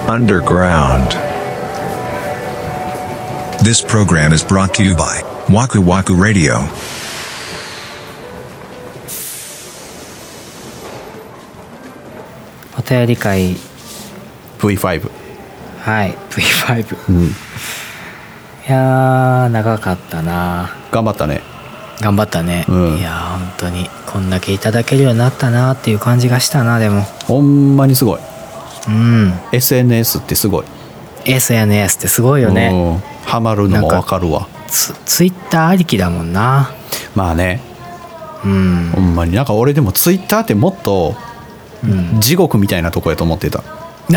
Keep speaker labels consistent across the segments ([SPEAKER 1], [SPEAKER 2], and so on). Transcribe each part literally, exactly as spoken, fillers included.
[SPEAKER 1] underground.
[SPEAKER 2] This program is brought to you by Waku Waku Radio.
[SPEAKER 3] お便り会
[SPEAKER 4] ブイファイブ。
[SPEAKER 3] はい ブイファイブ、
[SPEAKER 4] うん、
[SPEAKER 3] いやー長かったな。
[SPEAKER 4] 頑張ったね。
[SPEAKER 3] 頑張ったね、
[SPEAKER 4] うん、
[SPEAKER 3] いやー本当にこんだけいただけるようになったなっていう感じがしたな。でも
[SPEAKER 4] ほんまにすごい。
[SPEAKER 3] うん
[SPEAKER 4] エスエヌエス ってすごい。
[SPEAKER 3] エスエヌエス ってすごいよね。
[SPEAKER 4] ハマるのも分かるわ。
[SPEAKER 3] ツ, ツイッターありきだもんな。
[SPEAKER 4] まあね、
[SPEAKER 3] うん
[SPEAKER 4] ほんまになんか俺でもツイッターってもっと地獄みたいなとこやと思ってた。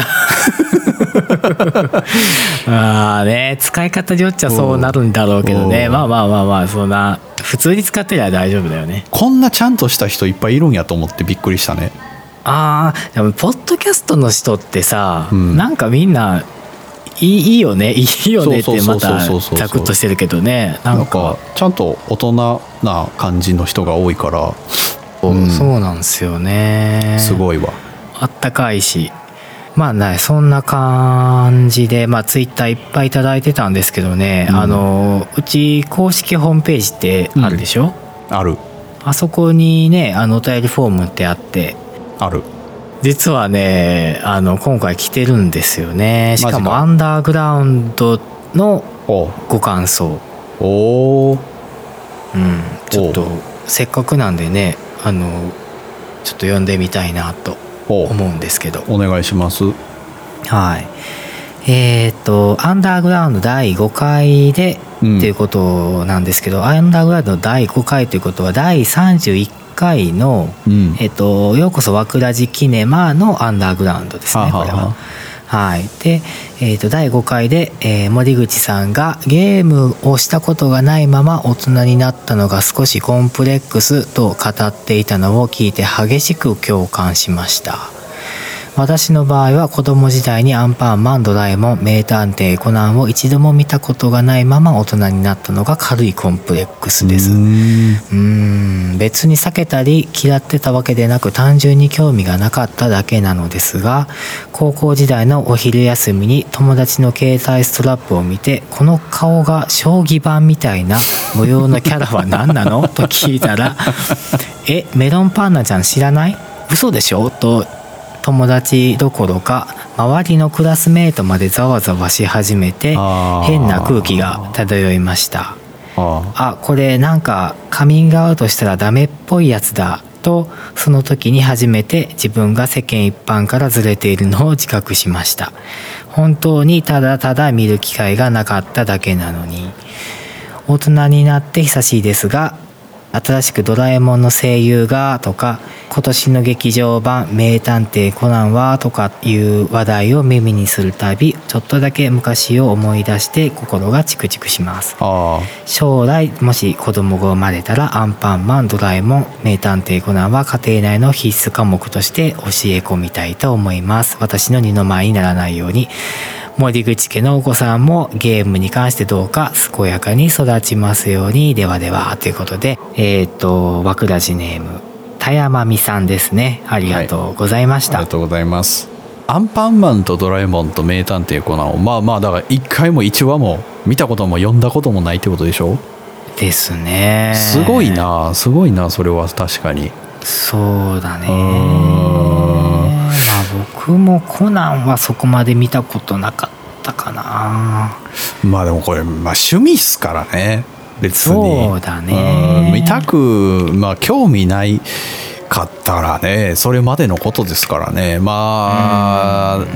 [SPEAKER 3] ああね、使い方によっちゃそうなるんだろうけどね。まあまあまあまあ、そんな普通に使ってりゃ大丈夫だよね。
[SPEAKER 4] こんなちゃんとした人いっぱいいるんやと思ってびっくりしたね。
[SPEAKER 3] ああ、でもポッドキャストの人ってさ、
[SPEAKER 4] うん、
[SPEAKER 3] なんかみんないい、いいよねいいよねってまたザクッとしてるけどね。なんか、
[SPEAKER 4] なんかちゃんと大人な感じの人が多いから、
[SPEAKER 3] うん、そうなんですよね。
[SPEAKER 4] すごいわ。
[SPEAKER 3] あったかいし。まあね、そんな感じで、まあ、ツイッターいっぱいいただいてたんですけどね、うん、あのうち公式ホームページってあるでしょ、
[SPEAKER 4] うん、ある。
[SPEAKER 3] あそこにね、あのお便りフォームってあって、
[SPEAKER 4] ある。
[SPEAKER 3] 実はね、あの今回来てるんですよね。しかもアンダーグラウンドのご感想。
[SPEAKER 4] おお、
[SPEAKER 3] うん、ちょっとせっかくなんでね、あのちょっと読んでみたいなと思うんですけど。
[SPEAKER 4] お願いします。
[SPEAKER 3] はい。えっとアンダーグラウンドだいごかいで、うん、っていうことなんですけど、アンダーグラウンドだいごかいということはだいさんじゅういっかいの、うん、えっとようこそわくらじキネマのアンダーグラウンドですね、これは。はい。で、えっとだいごかいで、えー、森口さんがゲームをしたことがないまま大人になったのが少しコンプレックスと語っていたのを聞いて激しく共感しました。私の場合は子供時代にアンパンマン、ドラえもん、名探偵コナンを一度も見たことがないまま大人になったのが軽いコンプレックスです。うーん、うーん別に避けたり嫌ってたわけでなく、単純に興味がなかっただけなのですが、高校時代のお昼休みに友達の携帯ストラップを見て、この顔が将棋盤みたいな模様のキャラは何なのと聞いたらえ、メロンパンナちゃん知らない？嘘でしょと友達どころか周りのクラスメートまでざわざわし始めて、変な空気が漂いました。ああ、これなんかカミングアウトしたらダメっぽいやつだと、その時に初めて自分が世間一般からずれているのを自覚しました。本当にただただ見る機会がなかっただけなのに。大人になって久しいですが、新しくドラえもんの声優がとか、今年の劇場版名探偵コナンはとかいう話題を耳にするたび、ちょっとだけ昔を思い出して心がチクチクします。あ、将来もし子供が生まれたら、アンパンマン、ドラえもん、名探偵コナンは家庭内の必須科目として教え込みたいと思います。私の二の舞にならないように。森口家のお子さんもゲームに関してどうか健やかに育ちますように。ではでは、ということで、えっとわくらじネーム田山美さんですね。ありがとうございました。
[SPEAKER 4] はい、ありがとうございます。アンパンマンとドラえもんと名探偵コナンを、まあまあだからいっかいもいちわも見たことも読んだこともないってことでしょ。
[SPEAKER 3] ですね。
[SPEAKER 4] すごいな、すごいな、それは確かに。
[SPEAKER 3] そうだね。まあ僕もコナンはそこまで見たことなかったかな。
[SPEAKER 4] まあでもこれ、まあ、趣味っすからね、別に。
[SPEAKER 3] そうだね。
[SPEAKER 4] 見たく、まあ興味ないかったらね、それまでのことですからね。まあ、うん、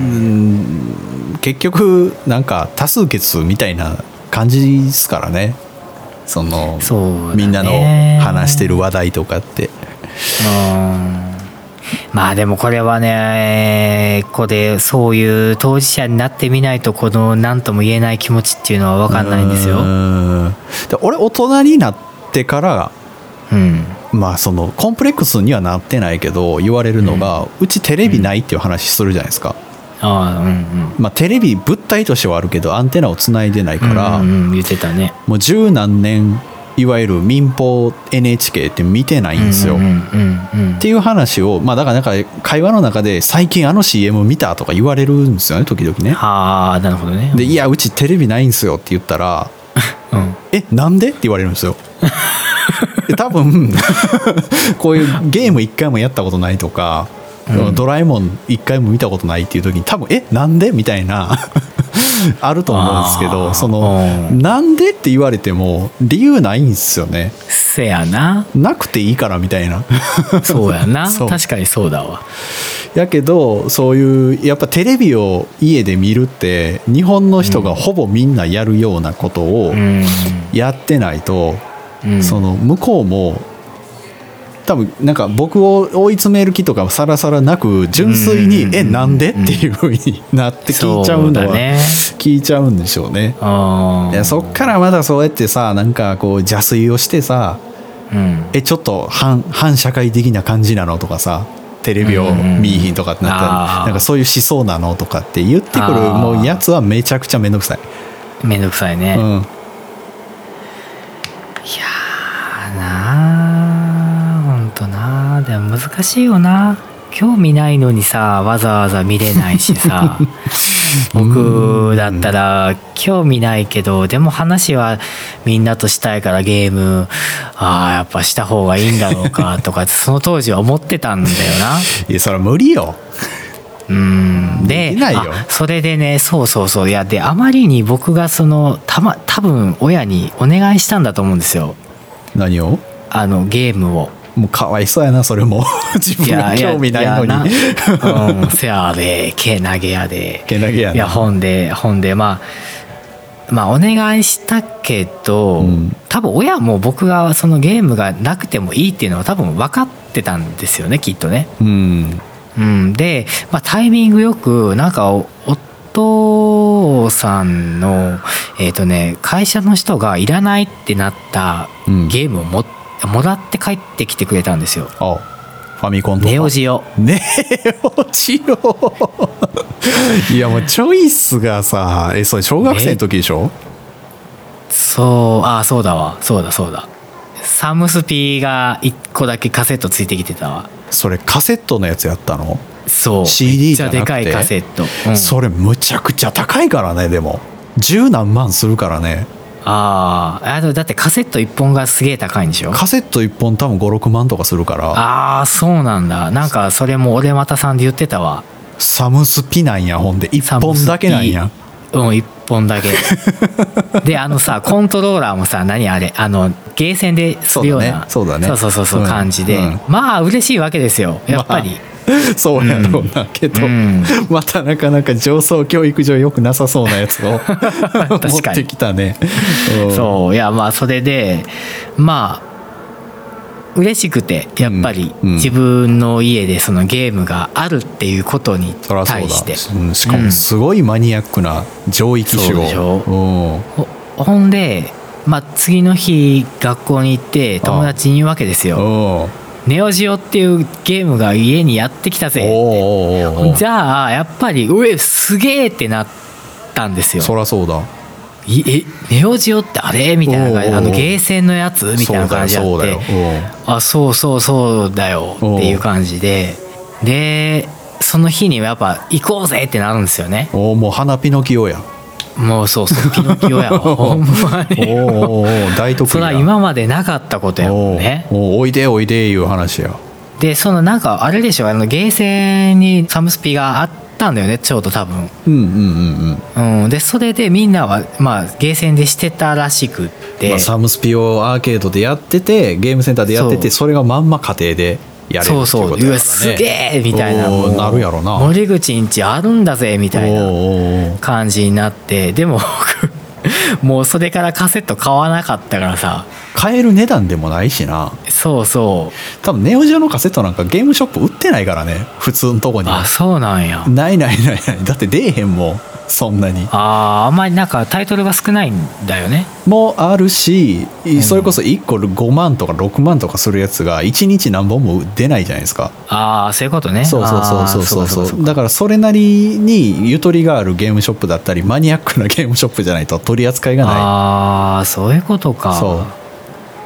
[SPEAKER 4] 結局なんか多数決みたいな感じですからね。そのそうだね、みんなの話してる話題とかって。
[SPEAKER 3] うんまあでもこれはね、ここでそういう当事者になってみないと、この何とも言えない気持ちっていうのは分かんないんですよ。
[SPEAKER 4] うんで俺大人になってから、うん、まあそのコンプレックスにはなってないけど言われるのが、うん、うちテレビないっていう話するじゃないですか。あ、うんうんまあ、テレビ物体としてはあるけどアンテナをつないでないから、
[SPEAKER 3] うんうん、言ってたね。
[SPEAKER 4] もう十何年いわゆる民放 エヌエイチケー って見てないんですよ、
[SPEAKER 3] うんうんうんうん、
[SPEAKER 4] っていう話を、まあ、だからなんか会話の中で最近あの シーエム 見たとか言われるんですよね時々ね。
[SPEAKER 3] はあなるほどね。
[SPEAKER 4] でいやうちテレビないんすよって言ったら、
[SPEAKER 3] うん、
[SPEAKER 4] えなんでって言われるんですよ多分こういうゲーム一回もやったことないとか、うん、ドラえもん一回も見たことないっていう時に多分えなんでみたいなあると思うんですけど、そのなんでって言われても理由ないんですよね。
[SPEAKER 3] せやな、
[SPEAKER 4] なくていいからみたいな
[SPEAKER 3] そうやな
[SPEAKER 4] そう
[SPEAKER 3] 確かにそうだわ。
[SPEAKER 4] やけどそういうやっぱテレビを家で見るって日本の人がほぼみんなやるようなことをやってないと、うん、その向こうも多分なんか僕を追い詰める気とかさらさらなく純粋に、うん、えなんでっていう風になって聞いちゃうのは聞いちゃうんでしょうね。いやそっからまだそうやってさなんかこう邪推をしてさ、うん、えちょっと反、反社会的な感じなのとかさテレビを見いひんとかってなったら、うん、なんかそういう思想なのとかって言ってくるもうやつはめちゃくちゃめんどくさい。
[SPEAKER 3] めんどくさいね、うん、いやーなーほんとなーでも難しいよな。興味ないのにさわざわざ見れないしさ僕だったら興味ないけどでも話はみんなとしたいからゲームああやっぱした方がいいんだろうかとかその当時は思ってたんだよな。
[SPEAKER 4] いやそれは無理よ。
[SPEAKER 3] うんであそれでねそうそうそういやであまりに僕がそのたま多分親にお願いしたんだと思うんですよ。
[SPEAKER 4] 何を？
[SPEAKER 3] あのゲームを。もう
[SPEAKER 4] かわいそうやなそれも自分が興味ないのに。
[SPEAKER 3] いやいやうん、せやでけなげやで
[SPEAKER 4] けなげやな。
[SPEAKER 3] いや本で本でまあまあお願いしたけど、うん、多分親も僕がそのゲームがなくてもいいっていうのは多分分かってたんですよねきっとね。うんうん、で、まあ、タイミングよくなんか お, お父さんの、えーとね、会社の人がいらないってなったゲームを持ってもらって帰ってきてくれたんですよ。
[SPEAKER 4] あファミコンとか
[SPEAKER 3] ネオジオ
[SPEAKER 4] ネオジオいやもうチョイスがさえそれ小学生の時でしょ。
[SPEAKER 3] そうあそうだわそうだそうだサムスピがいっこだけカセットついてきてたわ。
[SPEAKER 4] それカセットのやつやったの？
[SPEAKER 3] そう
[SPEAKER 4] シーディー じゃなくて
[SPEAKER 3] めっちゃでかいカセット、
[SPEAKER 4] うん、それむちゃくちゃ高いからね。でも十何万するからね。
[SPEAKER 3] ああだってカセットいっぽんがすげえ高いんでしょ。
[SPEAKER 4] カセットいっぽん多分ごろくまんとかするから。
[SPEAKER 3] ああそうなんだ。なんかそれも俺またさんで言ってたわ。
[SPEAKER 4] サムスピなんやほんでいっぽんだけなんや。
[SPEAKER 3] うんいっぽんだけであのさコントローラーもさ何あれあのゲーセンでするような
[SPEAKER 4] そうだね
[SPEAKER 3] そうそうそうそう感じで、うん、まあ嬉しいわけですよやっぱり、まあ
[SPEAKER 4] そうやろうな、うん、けど、うん、またなかなか上層教育上良くなさそうなやつを持ってきたね
[SPEAKER 3] そういやまあそれでまあ嬉しくてやっぱり自分の家でそのゲームがあるっていうことに対して、
[SPEAKER 4] うん、しかもすごいマニアックな上位機種を、そうでしょ。
[SPEAKER 3] ほ, ほんで、まあ、次の日学校に行って友達に言うわけですよ。ネオジオっていうゲームが家にやってきたぜって。おーおーおーじゃあやっぱりうえすげえってなったんですよ。
[SPEAKER 4] そりゃそうだ。
[SPEAKER 3] えネオジオってあれみたいな感じであのゲーセンのやつみたいな感じであってあそうそうそうだよっていう感じででその日にやっぱ行こうぜってなるんですよね。
[SPEAKER 4] おもう花ピノキオや。
[SPEAKER 3] もうそうそうピノキオやほんまに
[SPEAKER 4] おお大得意や。
[SPEAKER 3] それは今までなかったことやもんね。
[SPEAKER 4] おおいでおいでいう話や。
[SPEAKER 3] でそのなんかあれでしょあのゲーセンにサムスピがあったんだよねちょうど多分。うんうんうんうん。うんでそれでみんなはまあゲーセンでしてたらしくって、まあ、
[SPEAKER 4] サムスピをアーケードでやっててゲームセンターでやってて そ, それがまんま家庭でやれるっていうことやからね。そうそううわ
[SPEAKER 3] すげえみたいなもう
[SPEAKER 4] なるやろな。
[SPEAKER 3] 森口んちあるんだぜみたいな感じになってでももうそれからカセット買わなかったからさ
[SPEAKER 4] 買える値段でもないしな。
[SPEAKER 3] そうそう
[SPEAKER 4] 多分ネオジオのカセットなんかゲームショップ売ってないからね普通のとこに。
[SPEAKER 3] あそうなんや。
[SPEAKER 4] ないないないないだって出えへんもんそんなに。
[SPEAKER 3] あああんまりなんかタイトルが少ないんだよね。
[SPEAKER 4] もあるしそれこそいっこごまんとかろくまんとかするやつがいちにち何本も出ないじゃないですか。
[SPEAKER 3] ああそういうことね。
[SPEAKER 4] そうそうそうそうそうそうそうだからそれなりにゆとりがあるゲームショップだったりマニアックなゲームショップじゃないと取り扱いがない。
[SPEAKER 3] ああそういうことか。
[SPEAKER 4] そう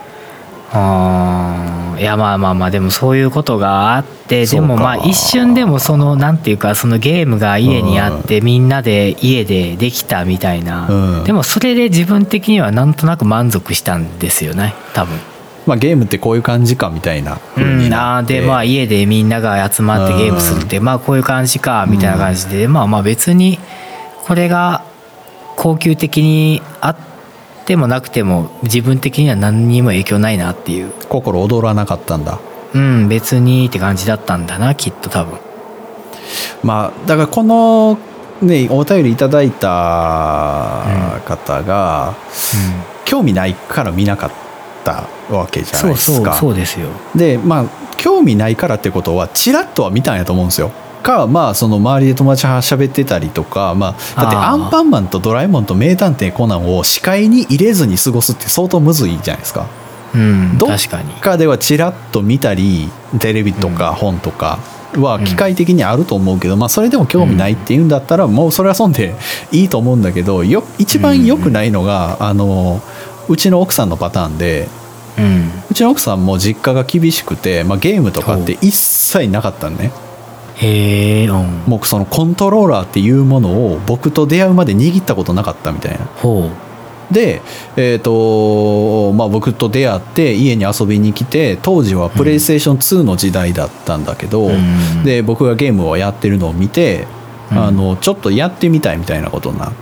[SPEAKER 3] あいやまあまあまあでもそういうことがあってでもまあ
[SPEAKER 4] そうか
[SPEAKER 3] 一瞬でもそのなんていうかそのゲームが家にあってみんなで家でできたみたいな、
[SPEAKER 4] うん
[SPEAKER 3] でもそれで自分的にはなんとなく満足したんですよね多分。
[SPEAKER 4] まあ、ゲームってこういう感じかみたいな風
[SPEAKER 3] うん、
[SPEAKER 4] になって、
[SPEAKER 3] あーでまあ家でみんなが集まってゲームするってまあこういう感じかみたいな感じで、まあまあ別にこれが恒久的にあってもなくても自分的には何にも影響ないなっていう、
[SPEAKER 4] 心躍らなかったんだ。
[SPEAKER 3] うん別にって感じだったんだなきっと多分。
[SPEAKER 4] まあだからこのねお便りいただいた方が、興味ないから見なかったわけじゃないですか。
[SPEAKER 3] そうそうそうですよ。
[SPEAKER 4] でまあ興味ないからってことはチラッとは見たんやと思うんですよ。かまあその周りで友達が喋ってたりとか、まあ、だってアンパンマンとドラえもんと名探偵コナンを視界に入れずに過ごすって相当むずいじゃないですか。
[SPEAKER 3] うん
[SPEAKER 4] どっ
[SPEAKER 3] 確かに。
[SPEAKER 4] かではチラッと見たりテレビとか本とかは機械的にあると思うけど、まあ、それでも興味ないっていうんだったらもうそれはそんでいいと思うんだけど、よ一番良くないのがあのうちの奥さんのパターンで、
[SPEAKER 3] うん
[SPEAKER 4] うちの奥さんも実家が厳しくて、まあ、ゲームとかって一切なかったのね。
[SPEAKER 3] へえうん
[SPEAKER 4] もうそのコントローラーっていうものを僕と出会うまで握ったことなかったみたいな。
[SPEAKER 3] ほう
[SPEAKER 4] で、えーとまあ、僕と出会って家に遊びに来て、当時はプレイステーションツーの時代だったんだけど、
[SPEAKER 3] うん
[SPEAKER 4] で僕がゲームをやってるのを見て、
[SPEAKER 3] うん
[SPEAKER 4] あのちょっとやってみたいみたいなことになって、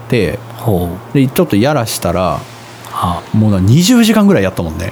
[SPEAKER 3] ほう
[SPEAKER 4] でちょっとやらしたら
[SPEAKER 3] は
[SPEAKER 4] もうなにじゅうじかんぐらいやったもんね。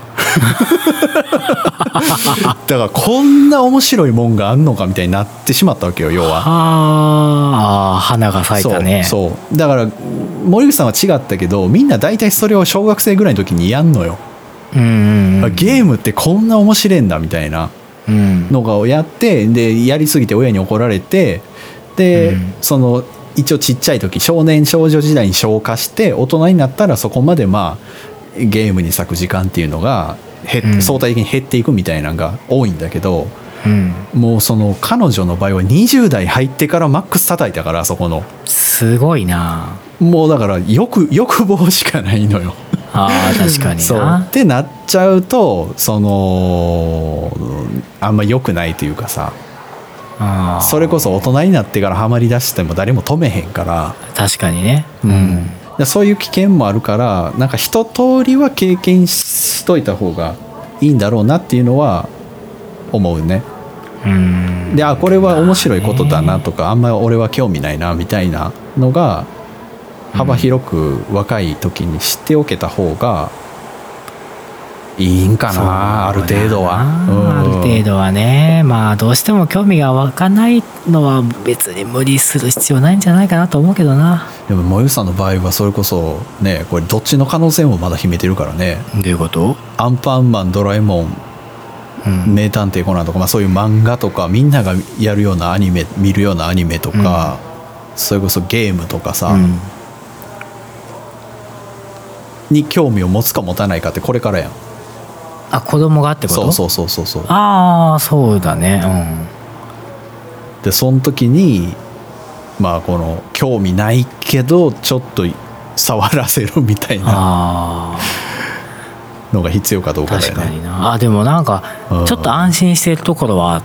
[SPEAKER 4] だからこんな面白いもんがあんのかみたいになってしまったわけよ、要は。
[SPEAKER 3] ああ花が咲いたね。
[SPEAKER 4] そうそうだから森口さんは違ったけど、みんな大体それを小学生ぐらいの時にやんのよ。
[SPEAKER 3] うんうんうん、
[SPEAKER 4] ゲームってこんな面白いんだみたいな
[SPEAKER 3] うん
[SPEAKER 4] のがやって、でやりすぎて親に怒られて、で、
[SPEAKER 3] うん
[SPEAKER 4] その一応ちっちゃい時少年少女時代に消化して、大人になったらそこまでまあゲームに割く時間っていうのが減っ
[SPEAKER 3] うん
[SPEAKER 4] 相対的に減っていくみたいなのが多いんだけど、
[SPEAKER 3] うん、
[SPEAKER 4] もうその彼女の場合はにじゅう代入ってからマックス叩いたから、そこの
[SPEAKER 3] すごいな。
[SPEAKER 4] もうだから欲欲望しかないのよ。
[SPEAKER 3] あー確かに
[SPEAKER 4] そう
[SPEAKER 3] な。
[SPEAKER 4] ってなっちゃうと、そのあんま良くないというかさ、
[SPEAKER 3] あー
[SPEAKER 4] それこそ大人になってからハマりだしても誰も止めへんから、
[SPEAKER 3] 確かにね。うん
[SPEAKER 4] でそういう危険もあるから、なんか一通りは経験しといた方がいいんだろうなっていうのは思うね。
[SPEAKER 3] うん
[SPEAKER 4] で、あこれは面白いことだなとか、あんまり俺は興味ないなみたいなのが幅広く若い時に知っておけた方がいいんか
[SPEAKER 3] そう
[SPEAKER 4] な、ある程度は。
[SPEAKER 3] ある程度はね。まあどうしても興味が湧かないのは別に無理する必要ないんじゃないかなと思うけどな。
[SPEAKER 4] でももゆさんの場合はそれこそね、これどっちの可能性もまだ秘めてるからね。
[SPEAKER 3] どういうこと？
[SPEAKER 4] アンパンマン、ドラえもん、
[SPEAKER 3] うん
[SPEAKER 4] 名探偵コナンとか、まあ、そういう漫画とかみんながやるようなアニメ見るようなアニメとか、それこそゲームとかさ、
[SPEAKER 3] うん
[SPEAKER 4] に興味を持つか持たないかってこれからやん。
[SPEAKER 3] あ子供がってこと？
[SPEAKER 4] そうそうそうそうそう。
[SPEAKER 3] ああそうだね。
[SPEAKER 4] でその時にまあこの興味ないけどちょっと触らせるみたい
[SPEAKER 3] うん、
[SPEAKER 4] な
[SPEAKER 3] あ
[SPEAKER 4] のが必要かどう
[SPEAKER 3] あ
[SPEAKER 4] かだよね。
[SPEAKER 3] 確かにな。あでもなんか
[SPEAKER 4] うん
[SPEAKER 3] ちょっと安心してるところはあって、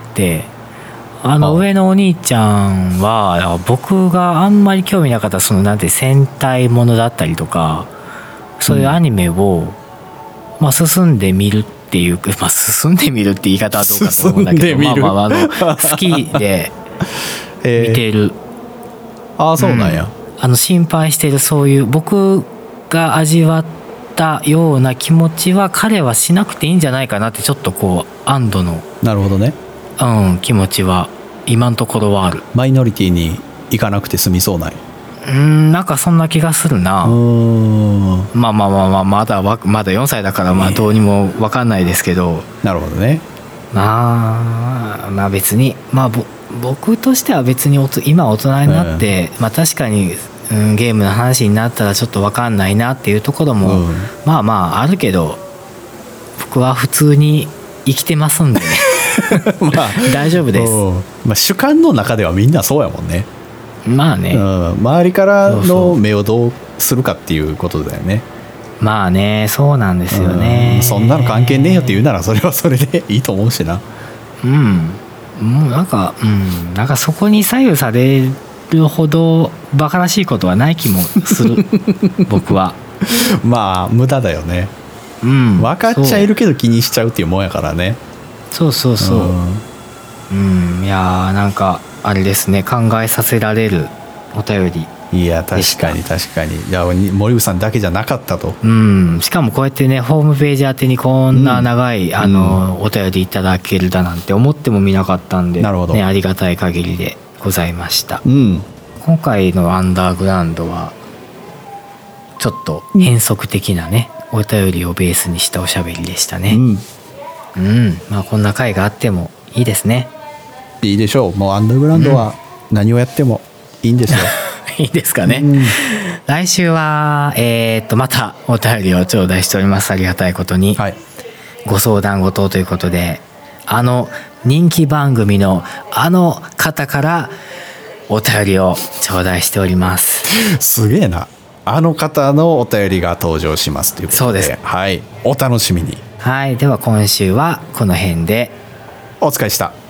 [SPEAKER 3] あの
[SPEAKER 4] あ
[SPEAKER 3] 上のお兄ちゃんは僕があんまり興味なかったそのなんて戦隊ものだったりとかそういうアニメを、まあ、進んでみるっていう、まあ、進んでみるって言い方はどうかと思うんだけど、
[SPEAKER 4] 進んでみる
[SPEAKER 3] まあまああの好きで
[SPEAKER 4] えー
[SPEAKER 3] 見てる、
[SPEAKER 4] ああそうなんや。
[SPEAKER 3] あの心配してるそういう僕が味わったような気持ちは彼はしなくていいんじゃないかなってちょっとこう安堵の、
[SPEAKER 4] なるほどね。
[SPEAKER 3] うん、気持ちは今のところはある。
[SPEAKER 4] マイノリティに行かなくて済みそうない。
[SPEAKER 3] うんなんかそんな気がするな。
[SPEAKER 4] うーん
[SPEAKER 3] まあまあまあまあまだわまだよんさいだからまあどうにも分かんないですけど、
[SPEAKER 4] なるほどね。
[SPEAKER 3] まあまあ別にまあぼ僕としては別におと今大人になって、まあ確かに、うん、ゲームの話になったらちょっと分かんないなっていうところも、
[SPEAKER 4] うん
[SPEAKER 3] まあまああるけど僕は普通に生きてますんで
[SPEAKER 4] まあ
[SPEAKER 3] 大丈夫です。
[SPEAKER 4] うんまあ、主観の中ではみんなそうやもんね。
[SPEAKER 3] まあね、
[SPEAKER 4] うん、周りから
[SPEAKER 3] そうそ
[SPEAKER 4] の
[SPEAKER 3] う
[SPEAKER 4] 目をどうするかっていうことだよね。
[SPEAKER 3] まあねそうなんですよね。
[SPEAKER 4] そんなの関係ねえよって言うならそれはそれでいいと思うしな。
[SPEAKER 3] うんもうなんかうんなんかそこに左右されるほどバカらしいことはない気もする僕は。
[SPEAKER 4] まあ無駄だよね。
[SPEAKER 3] うん
[SPEAKER 4] 分かっちゃいるけど気にしちゃうっていうもんやからね。
[SPEAKER 3] そうそうそうそう
[SPEAKER 4] うん、
[SPEAKER 3] うん、いやーなんかあれですね考えさせられるお便り。
[SPEAKER 4] いや確かに確かに。いや森口さんだけじゃなかったと。
[SPEAKER 3] うん、しかもこうやってねホームページ宛てにこんな長い、うん、あのお便りいただけるだなんて思ってもみなかったんで、
[SPEAKER 4] なるほど、
[SPEAKER 3] ね、ありがたい限りでございました、
[SPEAKER 4] うん、
[SPEAKER 3] 今回のアンダーグラウンドはちょっと変則的なねお便りをベースにしたおしゃべりでしたね。うん、うん、まあこんな回があってもいいですね。
[SPEAKER 4] いいでしょう。もうアンダーグラウンドは何をやってもいいんですよ。
[SPEAKER 3] いいですかね、うん、来週はえー、っとまたお便りを頂戴しております。ありがたいことに、はい、ご相談ご答ということであの人気番組のあの方からお便りを頂戴しております。
[SPEAKER 4] すげえな。あの方のお便りが登場しますということで、
[SPEAKER 3] そうです、
[SPEAKER 4] はい、お楽しみに。
[SPEAKER 3] はい、では今週はこの辺で
[SPEAKER 4] お疲れした。